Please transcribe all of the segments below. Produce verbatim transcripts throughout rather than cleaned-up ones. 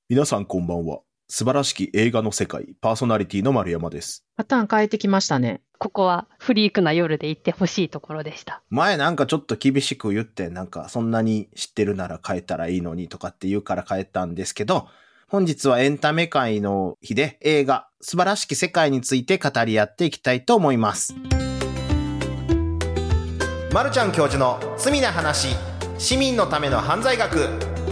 皆さんこんばんは。素晴らしき映画の世界、パーソナリティの丸山です。 パターン変えてきましたね。 ここはフリークな夜で行ってほしいところでした。 前なんかちょっと厳しく言って、なんかそんなに知ってるなら変えたらいいのにとかって言うから変えたんですけど、本日はエンタメ界の日で映画、素晴らしき世界について語り合っていきたいと思います。まるちゃん教授の罪な話、市民のための犯罪学。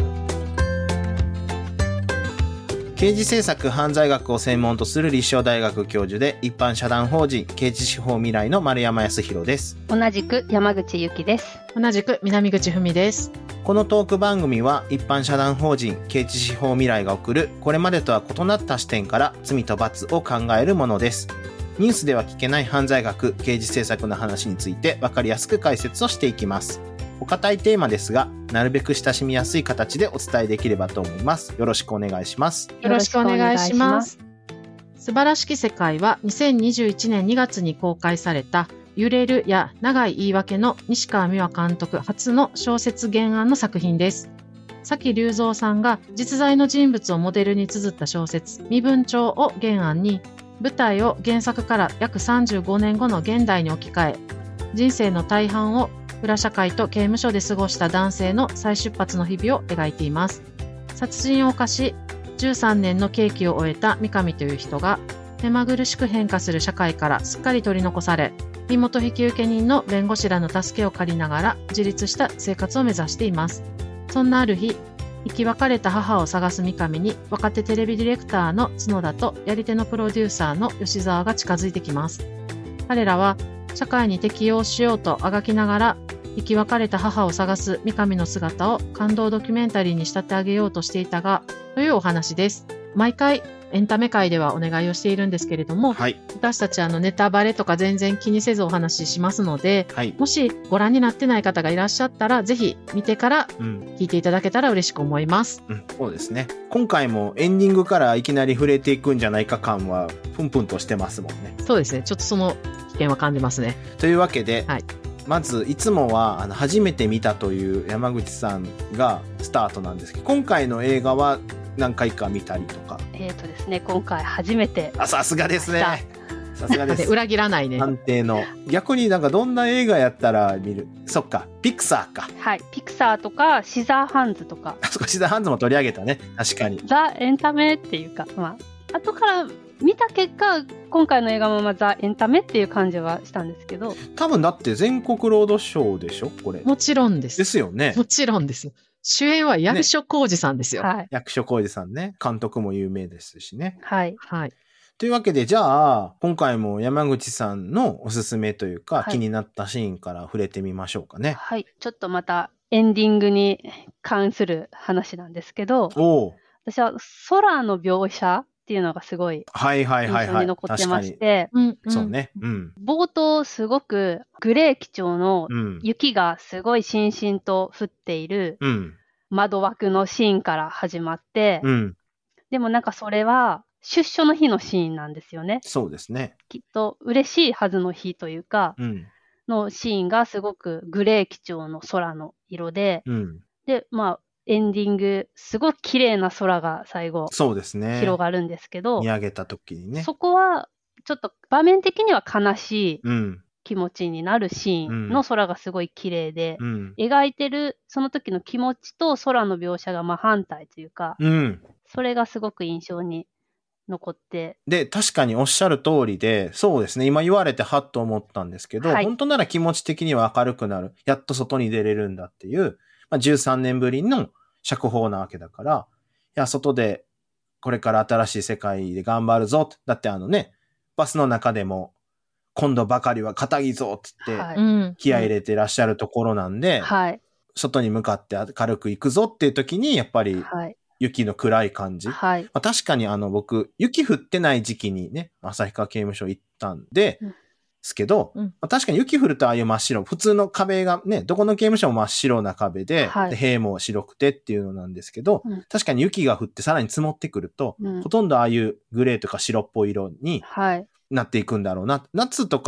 刑事政策犯罪学を専門とする立正大学教授で一般社団法人刑事司法未来の丸山康弘です。 同じく山口由紀です。 同じく南口文です。 このトーク番組は一般社団法人刑事司法未来が送るこれまでとは異なった視点から罪と罰を考えるものです。ニュースでは聞けない犯罪学、刑事政策の話について分かりやすく解説をしていきます。お堅いテーマですが、なるべく親しみやすい形でお伝えできればと思います。よろしくお願いします。 よろしくお願いします。素晴らしき世界はにせんにじゅういちねんにがつに公開された揺れるや長い言い訳の西川美和監督初の小説原案の作品です。崎龍三さんが実在の人物をモデルに綴った小説身分帳を原案に、舞台を原作から約さんじゅうごねんごの現代に置き換え、人生の大半を裏社会と刑務所で過ごした男性の再出発の日々を描いています。殺人を犯しじゅうさんねんの刑期を終えた三上という人が目まぐるしく変化する社会からすっかり取り残され、身元引受人の弁護士らの助けを借りながら自立した生活を目指しています。そんなある日、生き別れた母を探す三上に若手テレビディレクターの角田とやり手のプロデューサーの吉沢が近づいてきます。彼らは社会に適応しようとあがきながら生き別れた母を探す三上の姿を感動ドキュメンタリーに仕立て上げようとしていたが、というお話です。毎回エンタメ界ではお願いをしているんですけれども、 はい、 私たちあのネタバレとか全然気にせずお話ししますので、 はい、 もしご覧になってない方がいらっしゃったらぜひ見てから聞いていただけたら嬉しく思います、 うんうん、そうですね。今回もエンディングからいきなり触れていくんじゃないか感はプンプンとしてますもんね。 そうですね、ちょっとその危険は感じますね。 というわけで、 はい、 まずいつもはあの初めて見たという山口さんがスタートなんですけど、今回の映画は何回か見たりとか。 えーとですね、今回初めて。 あ、さすがですね。さすがです。 裏切らないね。 安定の。逆になんかどんな映画やったら見る？そっか、ピクサーか。 はい、ピクサーとかシザーハンズとか。 あそこシザーハンズも取り上げたね。確かに。 ザ・エンタメっていうか、まあ後から見た結果、今回の映画もまあザ・エンタメっていう感じはしたんですけど。 多分だって全国ロードショーでしょこれ。 もちろんです。 ですよね。 もちろんです。主演は役所広司さんですよ。 ね、はい、 役所広司さんね。監督も有名ですしね。 はい。 はい。 というわけで、じゃあ、今回も山口さんのおすすめというか、 はい、 気になったシーンから触れてみましょうかね。 はい。ちょっとまたエンディングに関する話なんですけど、 お私は空の描写っていうのがすごい印象に残ってまして、 そうね、うん、 冒頭すごくグレー基調の雪がすごいしんしんと降っている窓枠のシーンから始まって、うん、でもなんかそれは出所の日のシーンなんですよね。 そうですね。 きっと嬉しいはずの日というか、うん、のシーンがすごくグレー基調の空の色で、うん、で、まあエンディング、すごく綺麗な空が最後、 そうですね。 広がるんですけど、 見上げた時にね。 そこは、ちょっと場面的には悲しい気持ちになるシーンの空がすごい綺麗で、うん、描いてるその時の気持ちと空の描写が真反対というか、うん、それがすごく印象に残って。 で、確かにおっしゃる通りで、そうですね、今言われてはっと思ったんですけど、はい、本当なら気持ち的には明るくなる。やっと外に出れるんだっていう、まあ、じゅうさんねんぶりの釈放なわけだから、いや、外でこれから新しい世界で頑張るぞ。だってあのね、バスの中でも今度ばかりは堅いぞって気合い入れてらっしゃるところなんで、はい、外に向かって軽く行くぞっていう時にやっぱり雪の暗い感じ。はい、まあ、確かにあの僕、雪降ってない時期にね、旭川刑務所行ったんで、うんですけど、うんまあ、確かに雪降るとああいう真っ白、普通の壁がね、どこの刑務所も真っ白な壁で、はい、で塀も白くてっていうのなんですけど、うん、確かに雪が降ってさらに積もってくると、うん、ほとんどああいうグレーとか白っぽい色になっていくんだろうな。夏とか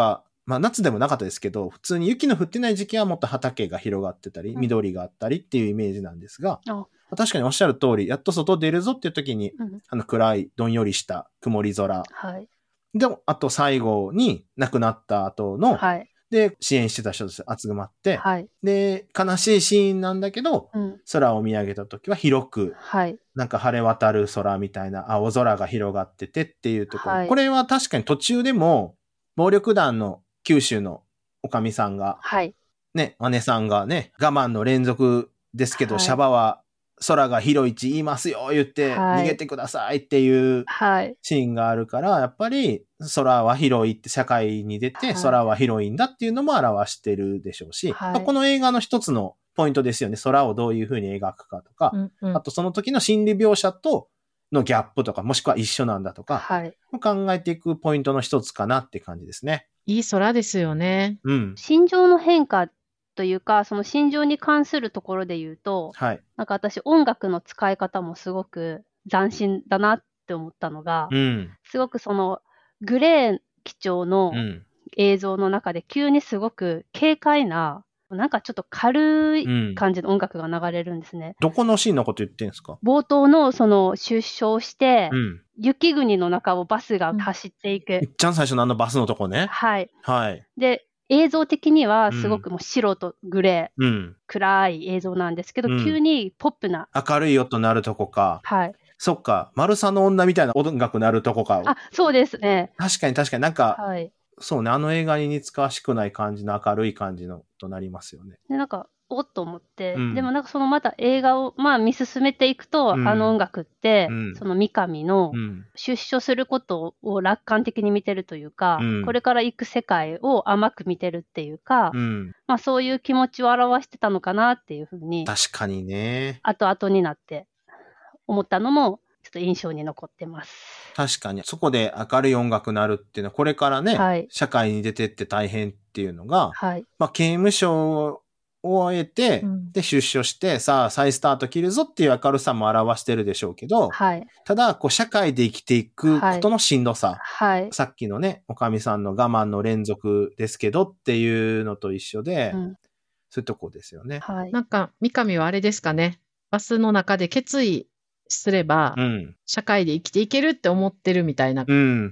まあ夏でもなかったですけど、普通に雪の降ってない時期はもっと畑が広がってたり、うん、緑があったりっていうイメージなんですが、あ確かにおっしゃる通り、やっと外出るぞっていう時に、うん、あの暗い、どんよりした曇り空。はい。で、あと最後に亡くなった後の、はい。で、支援してた人たち集まって、はい。で、悲しいシーンなんだけど、うん、空を見上げた時は広く、はい。なんか晴れ渡る空みたいな青空が広がっててっていうところ。はい、これは確かに途中でも、暴力団の九州のおかみさんが、はい。ね、姉さんがね、我慢の連続ですけど、はい、シャバは空が広い地言いますよ、言って、逃げてくださいっていうシーンがあるから、やっぱり空は広いって社会に出て、空は広いんだっていうのも表してるでしょうし、はい、この映画の一つのポイントですよね。空をどういう風に描くかとか、うんうん、あとその時の心理描写とのギャップとか、もしくは一緒なんだとか、はい、考えていくポイントの一つかなって感じですね。 いい空ですよね。 うん。心情の変化というか、その心情に関するところで言うと、はい。なんか私音楽の使い方もすごく斬新だなって思ったのが、うん、すごくそのグレー基調の映像の中で急にすごく軽快な、なんかちょっと軽い感じの音楽が流れるんですね。 うん、どこのシーンのこと言ってんですか？ 冒頭のその出生して、うん、雪国の中をバスが走っていく。 いっちゃん最初のあのバスのとこね。 はい。 はい。 で、映像的にはすごくもう白とグレー、うん、暗い映像なんですけど、うん、急にポップな。 明るい音鳴るとこか。はい。そっか、丸さの女みたいな音楽鳴るとこか。 あ、そうですね。 確かに確かになんか、はい。そうね、あの映画に似つかわしくない感じの明るい感じのとなりますよね。 で、なんか、おっと思って、うん、でもなんかそのまた映画をまあ見進めていくと、うん、あの音楽って、うん、その三上の出所することを楽観的に見てるというか、うん、これから行く世界を甘く見てるっていうか、うん、まあそういう気持ちを表してたのかなっていうふうに、 確かにね。 後々になって思ったのも、ちょっと印象に残ってます。 確かに、そこで明るい音楽なるっていうのは、これからね、はい、社会に出てって大変っていうのが、はい、まあ刑務所を終えて、うん、で出所して、さあ再スタート切るぞっていう明るさも表してるでしょうけど、はい、ただ、こう社会で生きていくことのしんどさ、はい、さっきのね、おかみさんの我慢の連続ですけどっていうのと一緒で、うん、そういうとこですよね。 はい、なんか、三上はあれですかね、バスの中で決意すれば、うん、社会で生きていけるって思ってるみたいな、 うん、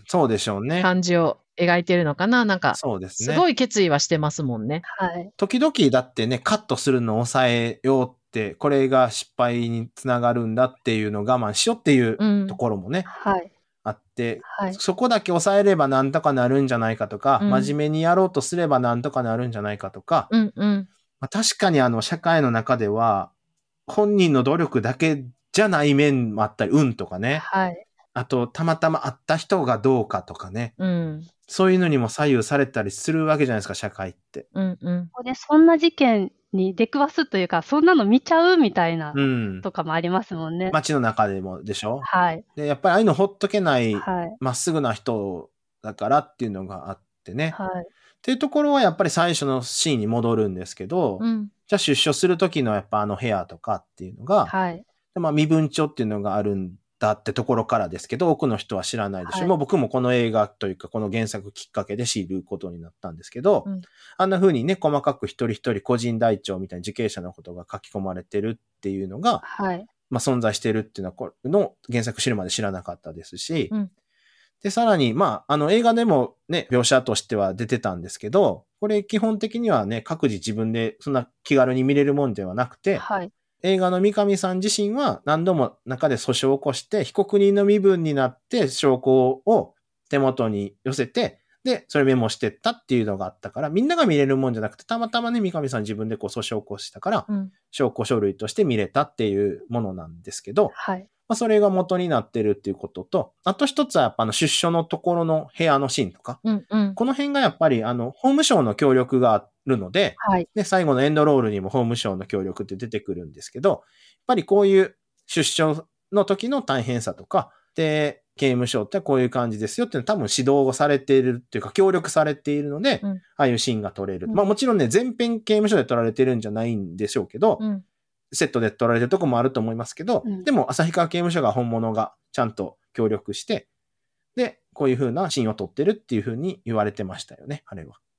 そうでしょうね。 感じを描いてるのかな。なんか、そうですね。すごい決意はしてますもんね。 はい。時々だってね、カットするのを抑えようって、これが失敗につながるんだっていうのを我慢しようっていうところもね、うん、はい。あって、はい、そこだけ抑えればなんとかなるんじゃないかとか、うん、真面目にやろうとすればなんとかなるんじゃないかとか、うんうんまあ、確かにあの社会の中では、本人の努力だけじゃない面もあったり、運とかね。はい。あと、たまたま会った人がどうかとかね。うん。そういうのにも左右されたりするわけじゃないですか、社会って。うんうん。で、そんな事件に出くわすというか、そんなの見ちゃうみたいな、うん。とかもありますもんね。 街の中でもでしょ？はい。で、やっぱりああいうのほっとけない、はい。まっすぐな人だからっていうのがあってね。はい。っていうところはやっぱり最初のシーンに戻るんですけど、うん。じゃあ出所するときのやっぱあの部屋とかっていうのが、はい。でまあ身分帳っていうのがあるんだってところからですけど、多くの人は知らないでしょ。はい、もう僕もこの映画というかこの原作きっかけで知ることになったんですけど、うん、あんな風にね、細かく一人一人個人台帳みたいな受刑者のことが書き込まれてるっていうのが、はい、まあ存在してるっていうのはこれの原作知るまで知らなかったですし、うん、で、さらに、まあ、あの映画でもね、描写としては出てたんですけど、これ基本的にはね、各自自分でそんな気軽に見れるもんではなくて、はい、映画の三上さん自身は何度も中で訴訟を起こして被告人の身分になって証拠を手元に寄せて、で、それメモしてったっていうのがあったから、みんなが見れるもんじゃなくて、たまたまね、三上さん自分でこう訴訟を起こしたから、うん、証拠書類として見れたっていうものなんですけど、はい。まあ、それが元になってるっていうことと、あと一つはやっぱあの出所のところの部屋のシーンとか、うんうん、この辺がやっぱりあの、法務省の協力があるので、はい。で、最後のエンドロールにも法務省の協力って出てくるんですけど、やっぱりこういう出所の時の大変さとか、で、刑務所ってこういう感じですよっていうのは多分指導をされているっていうか協力されているので、うん、ああいうシーンが撮れる。うん、まあもちろんね、全編刑務所で撮られてるんじゃないんでしょうけど、うん、セットで撮られてるとこもあると思いますけど、うん、でも旭川刑務所が本物がちゃんと協力して、で、こういう風なシーンを撮ってるっていう風に言われてましたよね、あれは。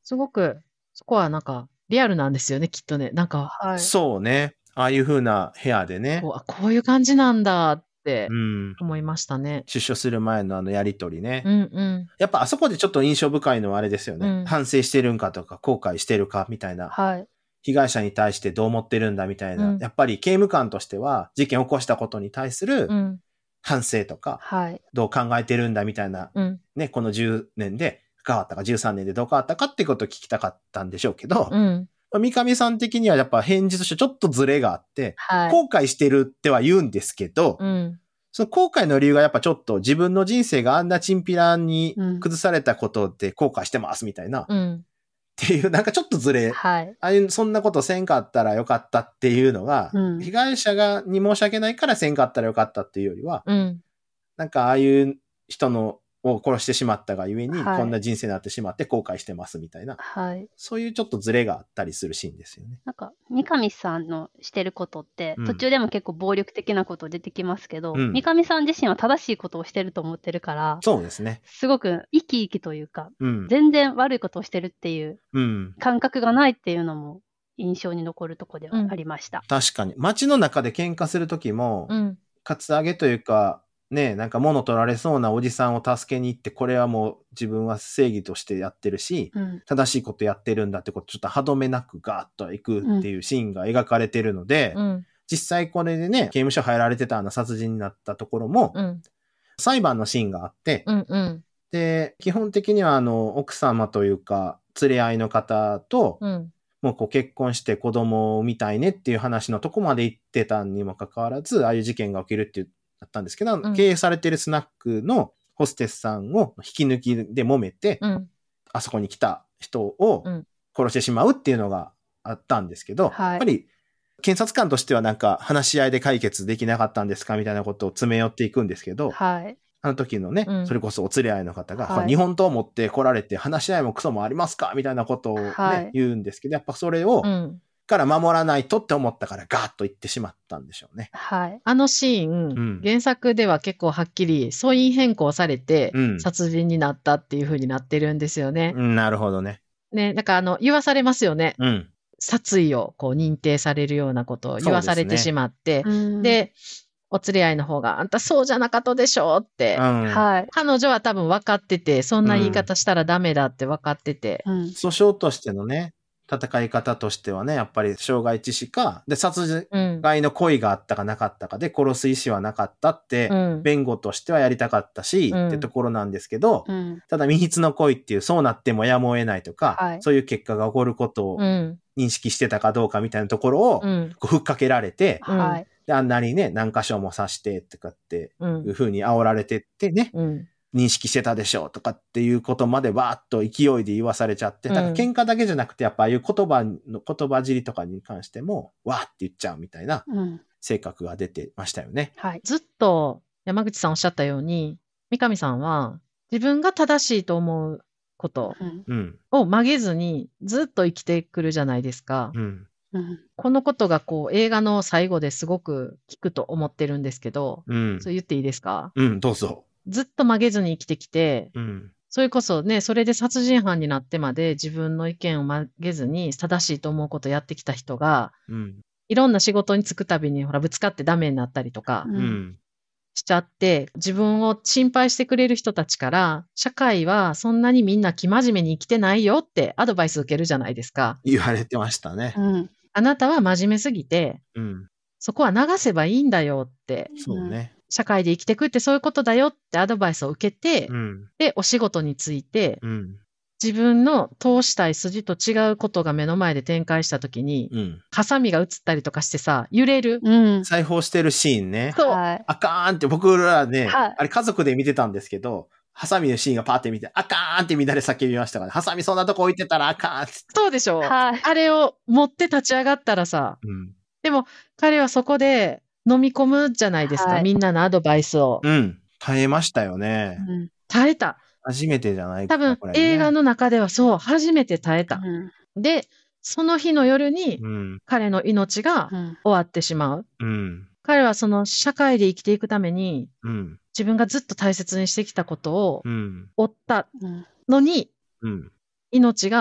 すごく、そこはなんか、リアルなんですよね、きっとね。なんか、 はい。 そうね。ああいう風な部屋でね。 こう、こういう感じなんだって思いましたね。うん、 出所する前のあのやりとりね。 うんうん。 やっぱあそこでちょっと印象深いのはあれですよね。うん、反省してるんかとか、後悔してるかみたいな。 はい。 被害者に対してどう思ってるんだみたいな。うん、やっぱり刑務官としては、事件を起こしたことに対する反省とか、 はい、 どう考えてるんだみたいな。うん、ね、このじゅうねんで変わったか、じゅうさんねんでどう変わったかってことを聞きたかったんでしょうけど、うん三上さん的にはやっぱ返事としてちょっとズレがあって、はい、後悔してるっては言うんですけど、うん、その後悔の理由がやっぱちょっと自分の人生があんなチンピラに崩されたことで後悔してますみたいな、うん、っていうなんかちょっとズレ、はい、ああいうそんなことせんかったらよかったっていうのが、うん、被害者がに申し訳ないからせんかったらよかったっていうよりは、うん、なんかああいう人のを殺してしまったがゆえに、はい、こんな人生になってしまって後悔してますみたいな、はい、そういうちょっとズレがあったりするシーンですよね。 なんか、三上さんのしてることって、うん、途中でも結構暴力的なこと出てきますけど、うん、三上さん自身は正しいことをしてると思ってるから、 そうですね。 すごく生き生きというか、うん、全然悪いことをしてるっていう感覚がないっていうのも印象に残るところではありました。 うん、確かに。街の中で喧嘩するときも、うん、カツアゲというか、ね、なんか物取られそうなおじさんを助けに行って、これはもう自分は正義としてやってるし、うん、正しいことやってるんだってこと、ちょっと歯止めなくガーッと行くっていうシーンが描かれてるので、うん、実際これでね、刑務所入られてたあの殺人になったところも、うん、裁判のシーンがあって、うんうん、で、基本的にはあの、奥様というか、連れ合いの方と、うん、もうこう結婚して子供を産みたいねっていう話のとこまで行ってたにもかかわらず、ああいう事件が起きるっていう、だったんですけど、うん、経営されてるスナックのホステスさんを引き抜きで揉めて、うん、あそこに来た人を殺してしまうっていうのがあったんですけど、うん、やっぱり検察官としてはなんか話し合いで解決できなかったんですかみたいなことを詰め寄っていくんですけど、はい、あの時のね、うん、それこそお連れ合いの方が、はい、日本刀を持って来られて話し合いもクソもありますかみたいなことを、ねはい、言うんですけど、やっぱそれを、うんから守らないとって思ったからガーッと言ってしまったんでしょうね。 はい。あのシーン、うん、原作では結構はっきり訴因変更されて、殺人になったっていう風になってるんですよね。 うん、なるほどね。 ね、なんかあの、言わされますよね。うん。殺意をこう認定されるようなことを言わされてしまって、で、で、お連れ合いの方が、あんたそうじゃなかったでしょって、うん、はい。彼女は多分分かってて、そんな言い方したらダメだって分かってて。 うん、訴訟としてのね、戦い方としてはね、やっぱり傷害致死か、で、殺害の故意があったかなかったかで、殺す意思はなかったって、うん、弁護としてはやりたかったし、うん、ってところなんですけど、うん、ただ未必の故意っていう、そうなってもやむを得ないとか、はい、そういう結果が起こることを認識してたかどうかみたいなところを、こうふっかけられて、はい、であんなにね、何箇所も刺してとかっていう風に煽られてってね、うん認識してたでしょうとかっていうことまでわーっと勢いで言わされちゃって、だから喧嘩だけじゃなくてやっぱああいう言葉の言葉尻とかに関してもわーって言っちゃうみたいな性格が出てましたよね。 うん、はい。ずっと山口さんおっしゃったように、三上さんは自分が正しいと思うことを曲げずにずっと生きてくるじゃないですか。うんうん、このことがこう映画の最後ですごく効くと思ってるんですけど、うん、そう言っていいですか？ うん、どうぞ。 ずっと曲げずに生きてきて、うん、それこそね、それで殺人犯になってまで自分の意見を曲げずに正しいと思うことをやってきた人が、うん、いろんな仕事に就くたびにほらぶつかってダメになったりとか、うん、しちゃって、自分を心配してくれる人たちから、社会はそんなにみんな生真面目に生きてないよってアドバイス受けるじゃないですか。 言われてましたね。 うん、あなたは真面目すぎて、うん、そこは流せばいいんだよって。 そうね。 社会で生きてくってそういうことだよってアドバイスを受けて、うん、で、お仕事について、うん、自分の通したい筋と違うことが目の前で展開したときに、うん、ハサミが映ったりとかしてさ、揺れる。 うん、裁縫してるシーンね。そう。あかーんって僕らね、はい、あれ家族で見てたんですけど、ハサミのシーンがパーって見て、あかーんってみんなで叫びましたから、ね、ハサミそんなとこ置いてたらあかーんって。 そうでしょ。はい。あれを持って立ち上がったらさ、うん、でも彼はそこで、飲み込むじゃないですか、はい、みんなのアドバイスを。 うん。耐えましたよね。 うん、耐えた。 初めてじゃないか多分、ね、映画の中ではそう、初めて耐えた。うん、で、その日の夜に、うん、彼の命が終わってしまう。うん、彼はその社会で生きていくために、うん、自分がずっと大切にしてきたことを追ったのに、うん、命が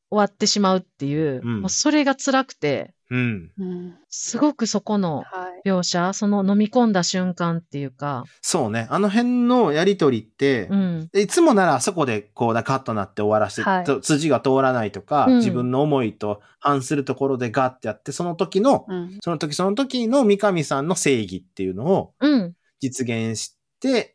終わってしまうっていう、うん、もうそれが辛くて、うん、すごくそこの描写、はい、その飲み込んだ瞬間っていうか。 そうね。あの辺のやりとりって、うん、いつもならそこでこうだカッとなって終わらせて、はい、筋が通らないとか、うん、自分の思いと反するところでガッてやって、その時の、うん、その時その時の三上さんの正義っていうのを実現して、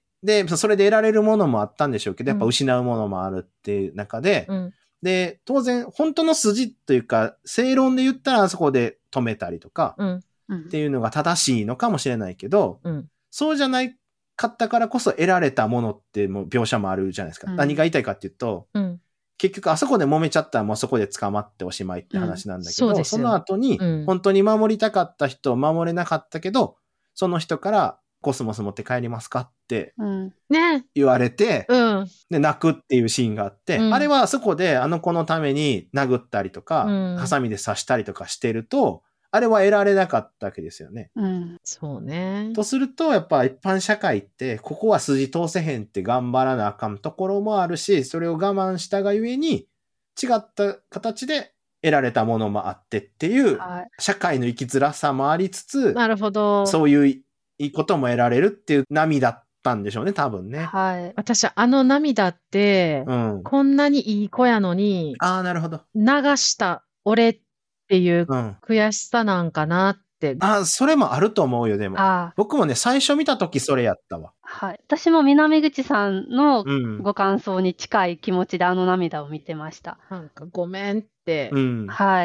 うん、で、それで得られるものもあったんでしょうけど、やっぱ失うものもあるっていう中で、うんで、当然、本当の筋というか、正論で言ったらあそこで止めたりとか、うんうん、っていうのが正しいのかもしれないけど、うん、そうじゃないかったからこそ得られたものってもう描写もあるじゃないですか。うん、何が言いたいかっていうと、うん、結局あそこで揉めちゃったらもうそこで捕まっておしまいって話なんだけど、うん、そ, その後に、本当に守りたかった人を守れなかったけど、その人からコスモス持って帰りますかって言われて、うん、で泣くっていうシーンがあって、うん、あれはそこであの子のために殴ったりとか、うん、ハサミで刺したりとかしてると、あれは得られなかったわけですよね。 うん、そうね。 とすると、やっぱ一般社会って、ここは筋通せへんって頑張らなあかんところもあるし、それを我慢したがゆえに、違った形で得られたものもあってっていう、はい、社会の生きづらさもありつつ、 なるほど。 そういういいことも得られるっていう波だったんでしょうね、多分ね。 はい。私、あの涙って、うん、こんなにいい子やのに、 ああ、なるほど。 流した俺っていう悔しさなんかなって。 うん、ああ、それもあると思うよ、でも。僕もね、最初見たときそれやったわ。 はい。私も南口さんのご感想に近い気持ちであの涙を見てました。 うん、なんかごめんって。うん。はい。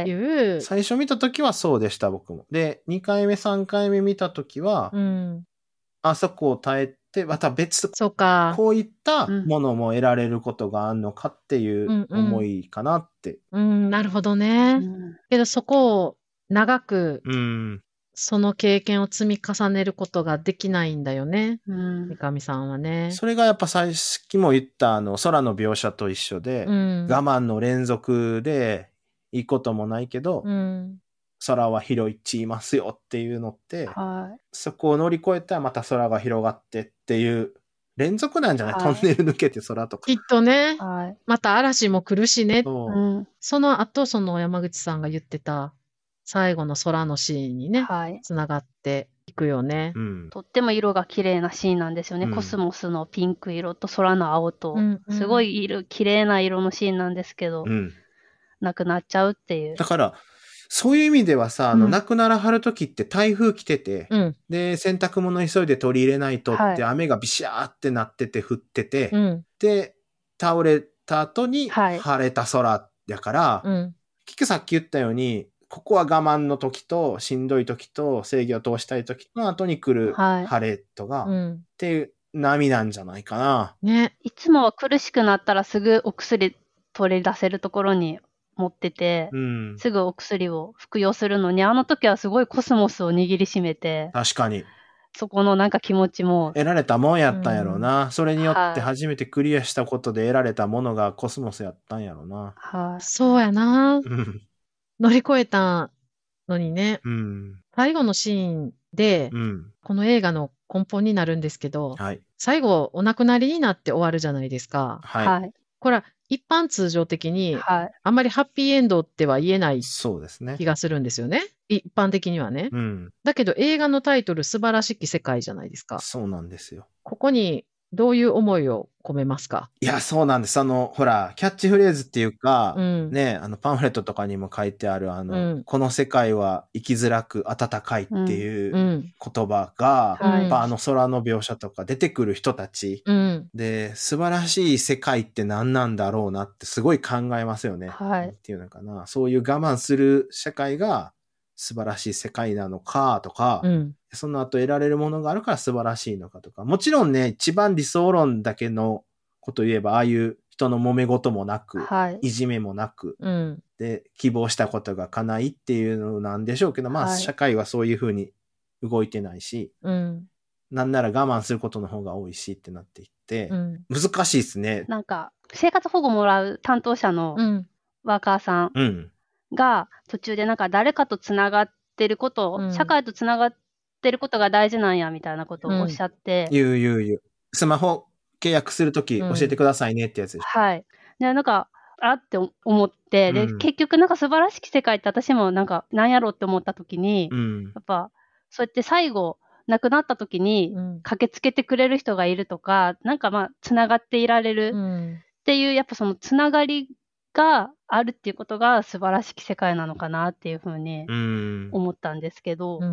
最初見たときはそうでした、僕も。で、にかいめ、さんかいめ見たときは、うん、あそこを耐えて、また別、 そうか。 こういったものも得られることがあるのかっていう思いかなって。 うん、うんうん、なるほどね。うん、けどそこを長く、うん、その経験を積み重ねることができないんだよね。うん、三上さんはね。 それがやっぱさっきも言ったあの空の描写と一緒で、うん、我慢の連続でいいこともないけど、うん、空は広いっちいますよっていうのって、はい、そこを乗り越えたらまた空が広がってっていう連続なんじゃない、はい、トンネル抜けて空とか。 きっとね。はい、また嵐も来るしね。そ, うん、その後、その山口さんが言ってた最後の空のシーンにね、はい、つながっていくよね、 うん。とっても色が綺麗なシーンなんですよね。うん、コスモスのピンク色と空の青と、うんうん、すごい色綺麗な色のシーンなんですけど、うん、なくなっちゃうっていう。 だから、そういう意味ではさ、あの、亡くならはるときって台風来てて、うん、で、洗濯物急いで取り入れないとって、はい、雨がビシャーってなってて降ってて、うん、で、倒れた後に晴れた空やから、はいうん、結局さっき言ったように、ここは我慢の時と、しんどい時と、正義を通したい時の後に来る晴れとが、はいうん、っていう波なんじゃないかな。 ね。いつもは苦しくなったらすぐお薬取り出せるところに持ってて、うん、すぐお薬を服用するのに、あの時はすごいコスモスを握りしめて。 確かに。 そこのなんか気持ちも。 得られたもんやったんやろうな。うん、それによって初めてクリアしたことで得られたものがコスモスやったんやろうな。 はい。そうやな。乗り越えたのにね。うん、最後のシーンで、うん、この映画の根本になるんですけど、はい、最後お亡くなりになって終わるじゃないですか。はい。これは一般通常的に、はい、あんまりハッピーエンドっては言えない気がするんですよね。一般的にはね、うん。だけど映画のタイトル素晴らしき世界じゃないですか。 そうなんですよ。 ここにどういう思いを込めますか？ いや、そうなんです。あの、ほら、キャッチフレーズっていうか、うん、ね、あの、パンフレットとかにも書いてある、あの、うん、この世界は生きづらく温かいっていう言葉が、うんうん、やっぱあの空の描写とか出てくる人たち、うん、で、素晴らしい世界って何なんだろうなってすごい考えますよね。はい。っていうのかな。そういう我慢する社会が素晴らしい世界なのかとか、うん、その後得られるものがあるから素晴らしいのかとか、もちろんね、一番理想論だけのこと言えば、ああいう人の揉め事もなく、はい、いじめもなく、うん、で、希望したことが叶いっていうのなんでしょうけど、まあ、はい、社会はそういうふうに動いてないし、うん、なんなら我慢することの方が多いしってなっていって、うん、難しいですね。 なんか、生活保護もらう担当者のワーカーさん、うんが途中でなんか誰かとつながってること、うん、社会とつながってることが大事なんやみたいなことをおっしゃって、 うん、言う言う言う。スマホ契約するとき教えてくださいねってやつでしょ、 うん、はい。で、なんかあって思って、で、うん、結局なんか素晴らしき世界って私もなんか何やろうって思った時に、うん、やっぱそうやって最後亡くなった時に駆けつけてくれる人がいるとか、なんかまあつながっていられるっていう、やっぱそのつながりがあるっていうことが素晴らしき世界なのかなっていうふうに思ったんですけど、うん、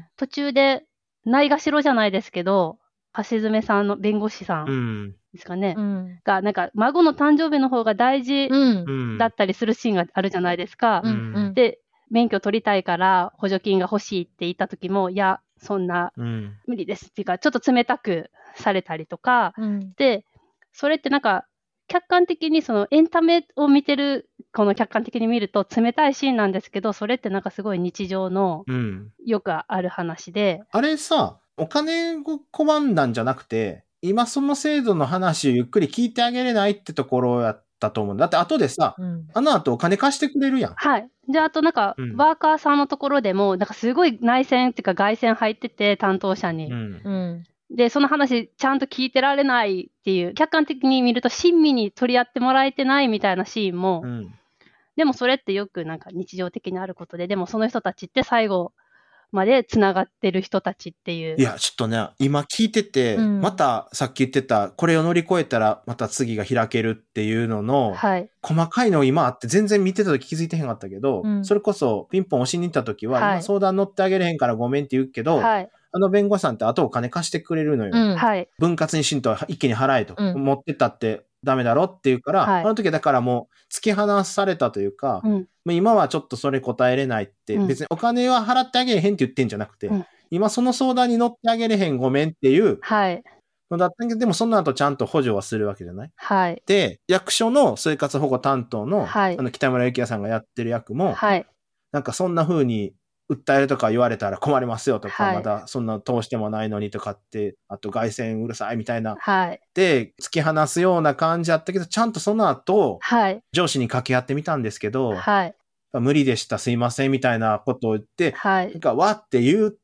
途中でないがしろじゃないですけど、橋爪さんの弁護士さんですかね、うん、がなんか孫の誕生日の方が大事だったりするシーンがあるじゃないですか、うんうん、で免許取りたいから補助金が欲しいって言った時も、いやそんな無理ですっていうか、ちょっと冷たくされたりとか、うん、でそれってなんか客観的にそのエンタメを見てる、この客観的に見ると冷たいシーンなんですけど、それってなんかすごい日常のよくある話で、 うん、あれさ、お金を拒んだんじゃなくて、今その制度の話をゆっくり聞いてあげれないってところやったと思う。だって後でさ、うん、あの後お金貸してくれるやん。 はい。で、あとなんか、うん、ワーカーさんのところでも、なんかすごい内線っていうか外線入ってて、担当者に。うんで、その話ちゃんと聞いてられないっていう、客観的に見ると親身に取り合ってもらえてないみたいなシーンも、うん、でもそれってよくなんか日常的にあることで、でもその人たちって最後まで繋がってる人たちっていう。 いや、ちょっとね、今聞いてて、うん、またさっき言ってた、これを乗り越えたらまた次が開けるっていうのの、はい、細かいの今あって全然見てた時気づいてへんかったけど、うん、それこそピンポン押しに行った時は、はい、今相談乗ってあげれへんからごめんって言うけど、はいあの弁護士さんって後お金貸してくれるのよ。うん、分割にしんと一気に払えと。うん、持ってったってダメだろっていうから、はい、あの時はだからもう突き放されたというか、うん、今はちょっとそれ答えれないって、うん、別にお金は払ってあげれへんって言ってんじゃなくて、うん、今その相談に乗ってあげれへんごめんっていう、はい。だったけど、でもその後ちゃんと補助はするわけじゃない？はい。で、役所の生活保護担当の、はい、あの北村幸也さんがやってる役も、はい。なんかそんな風に、訴えるとか言われたら困りますよとか、はい、まだそんな通してもないのにとかって、あと外線うるさいみたいな。はい。で、突き放すような感じだったけど、ちゃんとその後、はい。上司に掛け合ってみたんですけど、はい。無理でした、すいませんみたいなことを言って、はい。なんかわって言って、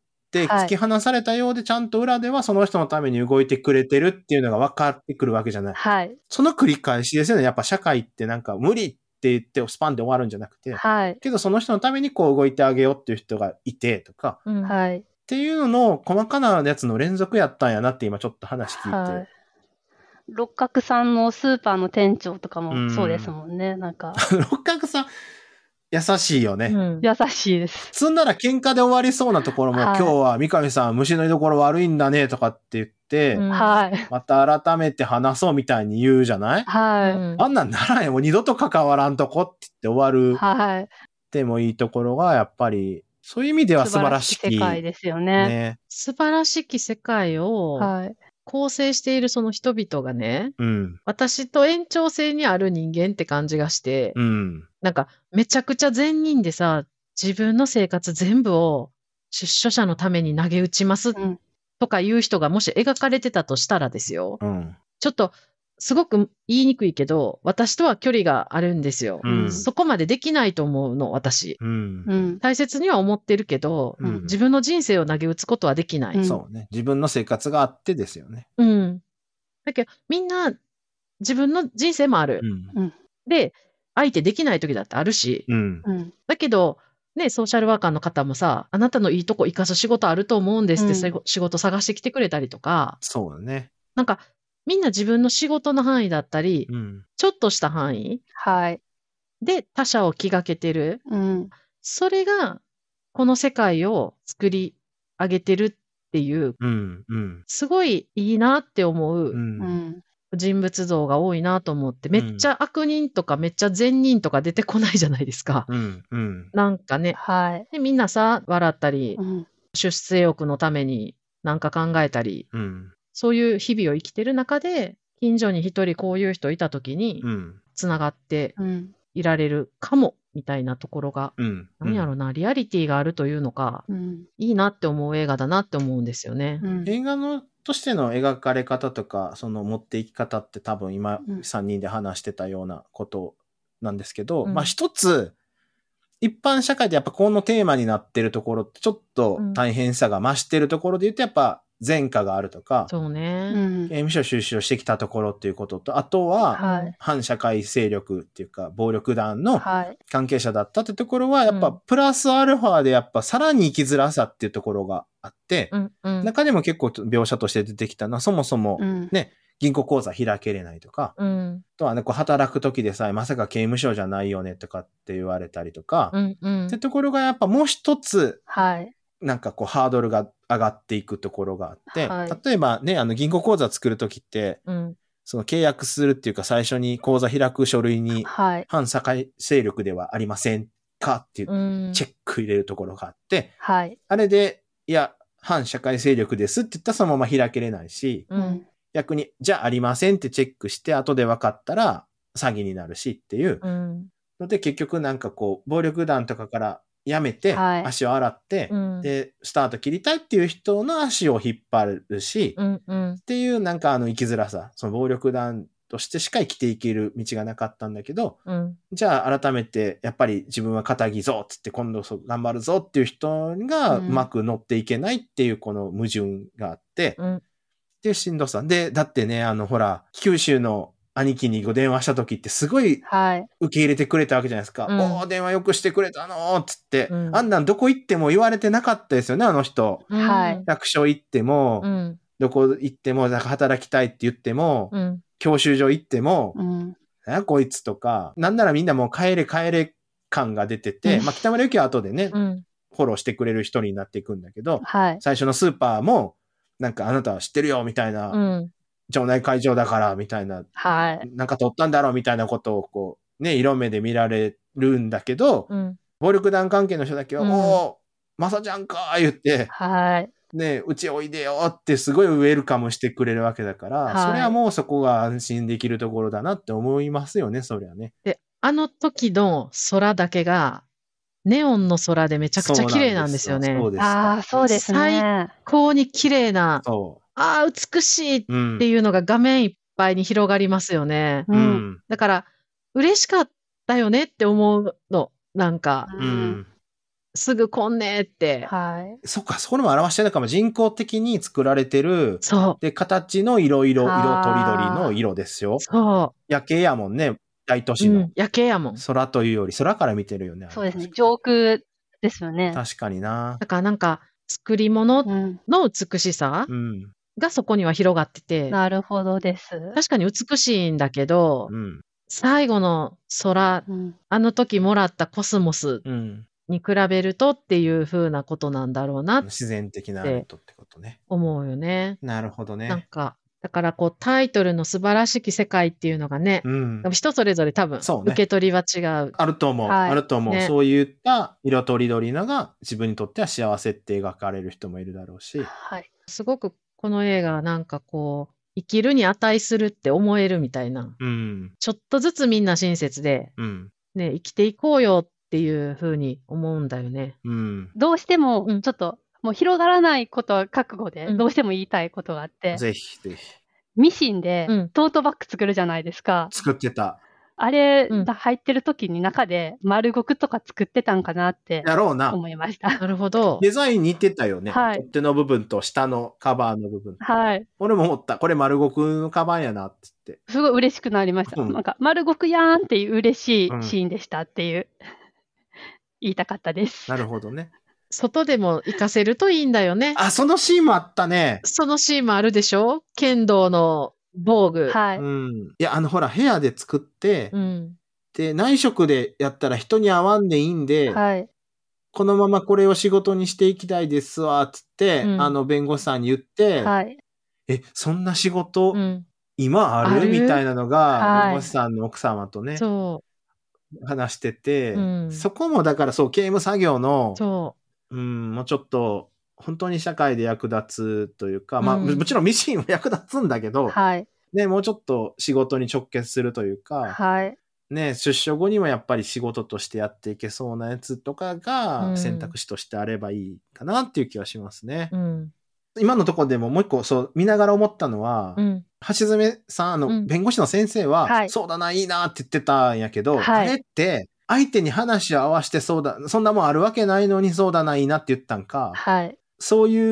突き放されたようで、ちゃんと裏ではその人のために動いてくれてるっていうのが分かってくるわけじゃない。はい。その繰り返しですよね。やっぱ社会ってなんか無理って言ってスパンで終わるんじゃなくて、はい。けどその人のためにこう動いてあげようっていう人がいてとか、うん、はい。っていうのの細かなやつの連続やったんやなって今ちょっと話聞いて。はい、 六角さんのスーパーの店長とかもそうですもんね、んなんか。 六角さん、優しいよね、うん。 優しいです。 普通なら喧嘩で終わりそうなところも、はい、今日は三上さん虫の居所悪いんだねとかって言って、うん、はい。また改めて話そうみたいに言うじゃない？はい。あんなんならへん、もう二度と関わらんとこって言って終わる。はい。でもいいところがやっぱり、そういう意味では素晴らしき。 素晴らしき世界ですよね。 ね。素晴らしき世界を、はい。構成しているその人々がね、うん、私と延長線にある人間って感じがして、うん、なんかめちゃくちゃ善人でさ、自分の生活全部を出所者のために投げ打ちますとかいう人がもし描かれてたとしたらですよ、うん、ちょっとすごく言いにくいけど、私とは距離があるんですよ。うん、そこまでできないと思うの、私。うん、大切には思ってるけど、うん、自分の人生を投げ打つことはできない、 うん。そうね。自分の生活があってですよね。 うん。だけど、みんな自分の人生もある。うん、で、相手できない時だってあるし。うん、だけど、ね、ソーシャルワーカーの方もさ、あなたのいいとこ生かす仕事あると思うんですって、うん、仕事探してきてくれたりとか。 そうだね。 なんか、みんな自分の仕事の範囲だったり、うん、ちょっとした範囲、はい、で他者を気がけてる、うん。それが、この世界を作り上げてるっていう、うんうん、すごいいいなって思う、うん、人物像が多いなと思って、めっちゃ悪人とかめっちゃ善人とか出てこないじゃないですか。うんうん、なんかね、はい、で。みんなさ、笑ったり、うん、出世欲のためになんか考えたり、うんそういう日々を生きてる中で、近所に一人こういう人いたときに、つながっていられるかも、みたいなところが、うん、何やろな、リアリティがあるというのか、うん、いいなって思う映画だなって思うんですよね。 うん、映画のとしての描かれ方とか、その持っていき方って多分今さんにんで話してたようなことなんですけど、うん、まあ一つ、一般社会でやっぱこのテーマになってるところってちょっと大変さが増してるところで言うとやっぱ前科があるとか、 そうね。 刑務所出所してきたところっていうことと、あとは、はい、反社会勢力っていうか、暴力団の関係者だったってところは、やっぱ、プラスアルファでやっぱさらに生きづらさっていうところがあって、うんうん、中でも結構描写として出てきたのは、そもそもね、うん、銀行口座開けれないとか、うん、とはね、こう働く時でさえまさか刑務所じゃないよねとかって言われたりとか、うんうん、ってところがやっぱもう一つ、はい、なんかこうハードルが上がっていくところがあって、はい、例えばね、あの銀行口座作るときって、うん、その契約するっていうか最初に口座開く書類に、はい、反社会勢力ではありませんかっていうチェック入れるところがあって、はい、あれで、いや、反社会勢力ですって言ったらそのまま開けれないし、うん、逆に、じゃあありませんってチェックして後で分かったら詐欺になるしっていうので、結局なんかこう、暴力団とかからやめて、足を洗って、はい、で、スタート切りたいっていう人の足を引っ張るし、うんうん、っていうなんかあの生きづらさ、その暴力団としてしか生きていける道がなかったんだけど、うん、じゃあ改めてやっぱり自分は肩着ぞっつって今度頑張るぞっていう人がうまく乗っていけないっていうこの矛盾があって、うん、っていうしんどさ。で、だってね、あのほら、九州の兄貴にご電話した時ってすごい受け入れてくれたわけじゃないですか。はい、おー、電話よくしてくれたのーっつって、うん、あんなんどこ行っても言われてなかったですよね、あの人。はい。役所行っても、うん、どこ行っても、なんか働きたいって言っても、うん、教習所行っても、うん、なんやこいつとか、なんならみんなもう帰れ帰れ感が出てて、うん、まあ北村ゆきは後でね、うん、フォローしてくれる人になっていくんだけど、はい、最初のスーパーも、なんかあなたは知ってるよみたいな、うん町内会長だから、みたいな。はい。なんか取ったんだろう、みたいなことを、こう、ね、色目で見られるんだけど、うん、暴力団関係の人だけは、うん、おー、まさちゃんかー言って、はい。ね、うちおいでよってすごいウェルカムしてくれるわけだから、はい、それはもうそこが安心できるところだなって思いますよね、そりゃね。 で、あの時の空だけが、ネオンの空でめちゃくちゃ綺麗なんですよね。 そうです。ああ、そうですね。 最高に綺麗な。そう。ああ、美しいっていうのが画面いっぱいに広がりますよね。うん。だから、嬉しかったよねって思うの。なんか、うん、すぐこんねって。 はい。そっか、そこにも表してるのかも。人工的に作られてる。そう。で、形の色々、色とりどりの色ですよ。そう。夜景やもんね。大都市の。うん、 夜景やもん。 空というより、空から見てるよね。 そうですね。上空ですよね。 確かにな。 だからなんか、作り物の美しさ、うん、がそこには広がってて。 なるほどです。 確かに美しいんだけど、うん、最後の空、うん、あの時もらったコスモスに比べるとっていう風なことなんだろうなって。 自然的なアートってことね。 思うよね。 なるほどね。 なんか、だからこうタイトルの素晴らしき世界っていうのがね、うん、人それぞれ多分、受け取りは違う。 あると思う。はい、あると思う、ね。そういった色とりどりのが自分にとっては幸せって描かれる人もいるだろうし。 はい。すごくこの映画はなんかこう、生きるに値するって思えるみたいな。うん、ちょっとずつみんな親切で、うん、ね、生きていこうよっていう風に思うんだよね。 うん、どうしても、ちょっと、もう広がらないことは覚悟で、どうしても言いたいことがあって。うん、 ぜひ、ぜひ。 ミシンでトートバッグ作るじゃないですか。 作ってた。 あれ、うん、入ってる時に中で丸ごくとか作ってたんかなって思いました。 なるほど。 デザイン似てたよね。はい。取っ手の部分と下のカバーの部分。はい。俺も思った。これ丸ごくのカバンやなって言って。 すごい嬉しくなりました。うん、なんか丸ごくやーんっていう嬉しいシーンでしたっていう、うん、言いたかったです。 なるほどね。 外でも活かせるといいんだよね。 あ、そのシーンもあったね。 そのシーンもあるでしょ？剣道の防具。 はい。うん。いや、あの、ほら、部屋で作って、うん、で、内職でやったら人に会わんでいいんで、はい。このままこれを仕事にしていきたいですわ、つって、うん、あの、弁護士さんに言って、はい。え、そんな仕事、うん、今ある？あるみたいなのが、弁護士さんの奥様とね、そう。話してて、うん、そこもだからそう、刑務作業の、そう。うん、もうちょっと、本当に社会で役立つというか、まあ、うん、もちろんミシンは役立つんだけど、はい。ね、もうちょっと仕事に直結するというか、はい。ね、出所後にもやっぱり仕事としてやっていけそうなやつとかが選択肢としてあればいいかなっていう気はしますね。うん、今のところでももう一個そう見ながら思ったのは、うん、橋爪さん、あの、うん、弁護士の先生は、はい、そうだな、いいなって言ってたんやけど、はい、あれって、相手に話を合わせてそうだ、そんなもんあるわけないのにそうだな、いいなって言ったんか、はい、そういう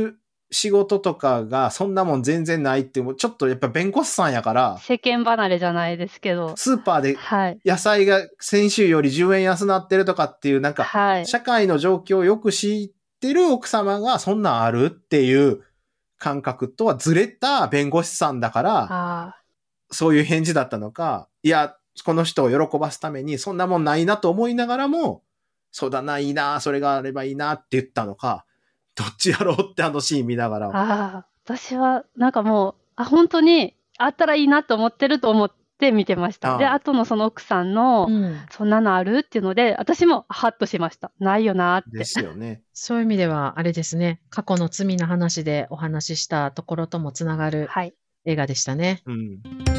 仕事とかがそんなもん全然ないっていう、ちょっとやっぱ弁護士さんやから。 世間離れじゃないですけど。 スーパーで野菜が先週よりじゅうえん安なってるとかっていう、なんか、社会の状況をよく知ってる奥様がそんなんあるっていう感覚とはずれた弁護士さんだから、そういう返事だったのか、いや、この人を喜ばすためにそんなもんないなと思いながらも、そうだな、いいな、それがあればいいなって言ったのか、どっちやろうってあのシーン見ながら。 ああ、私はなんかもう、あ、本当にあったらいいなと思ってると思って見てました。で、後のその奥さんの、うん、そんなのあるっていうので、私もハッとしました。ないよなって。 ですよね。 そういう意味では、あれですね、過去の罪の話でお話ししたところともつながる映画でしたね。はい、うん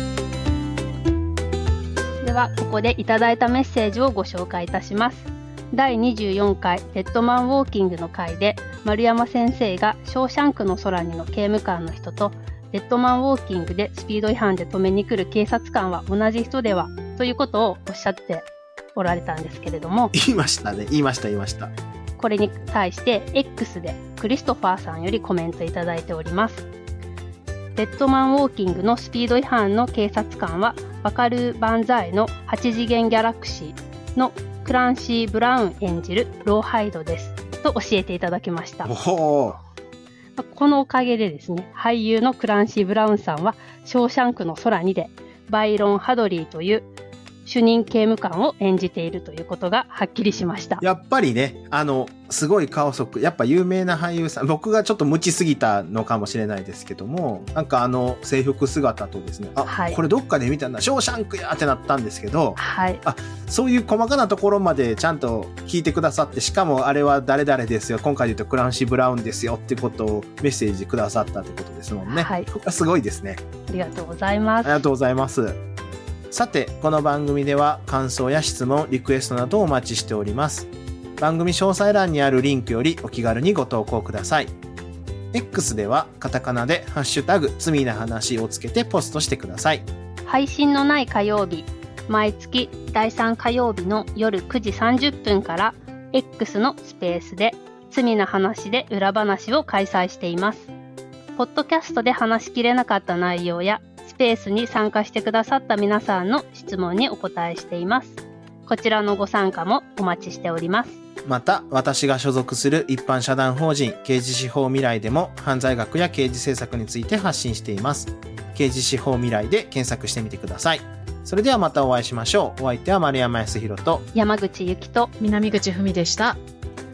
では、ここでいただいたメッセージをご紹介いたします。だいにじゅうよんかいデッドマンウォーキングの回で、丸山先生がショーシャンクの空にの刑務官の人と、デッドマンウォーキングでスピード違反で止めに来る警察官は同じ人ではということをおっしゃっておられたんですけれども、 言いましたね、言いました言いました。 これに対して X でクリストファーさんよりコメントいただいております。デッドマンウォーキングのスピード違反の警察官はバカルー・バンザイのはち次元ギャラクシーのクランシー・ブラウン演じるローハイドですと教えていただきました。 おこのおかげでですね、俳優のクランシー・ブラウンさんはショーシャンクの空にでバイロン・ハドリーという主任刑務官を演じているということがはっきりしました。 やっぱりね、あのすごい顔そっくり、やっぱ有名な俳優さん、僕がちょっと無知すぎたのかもしれないですけども、なんかあの制服姿とですね、あ、はい、これどっかで見たんだ、ショーシャンクやってなったんですけど、 はい、 あ、そういう細かなところまでちゃんと聞いてくださって、しかもあれは誰々ですよ、今回で言うとクランシー・ブラウンですよってことをメッセージくださったってことですもんね。はい、ここはすごいですね。 ありがとうございます。 ありがとうございます。さて、この番組では感想や質問、リクエストなどをお待ちしております。番組詳細欄にあるリンクよりお気軽にご投稿ください。X ではカタカナでハッシュタグ罪な話をつけてポストしてください。 配信のない火曜日、毎月だいさん火曜日の夜くじさんじゅっぷんから X のスペースで罪な話で裏話を開催しています。ポッドキャストで話しきれなかった内容やスペースに参加してくださった皆さんの質問にお答えしています。こちらのご参加もお待ちしております。 また、私が所属する一般社団法人刑事司法未来でも犯罪学や刑事政策について発信しています。刑事司法未来で検索してみてください。それではまたお会いしましょう。お相手は丸山康弘と山口由紀と南口文でした。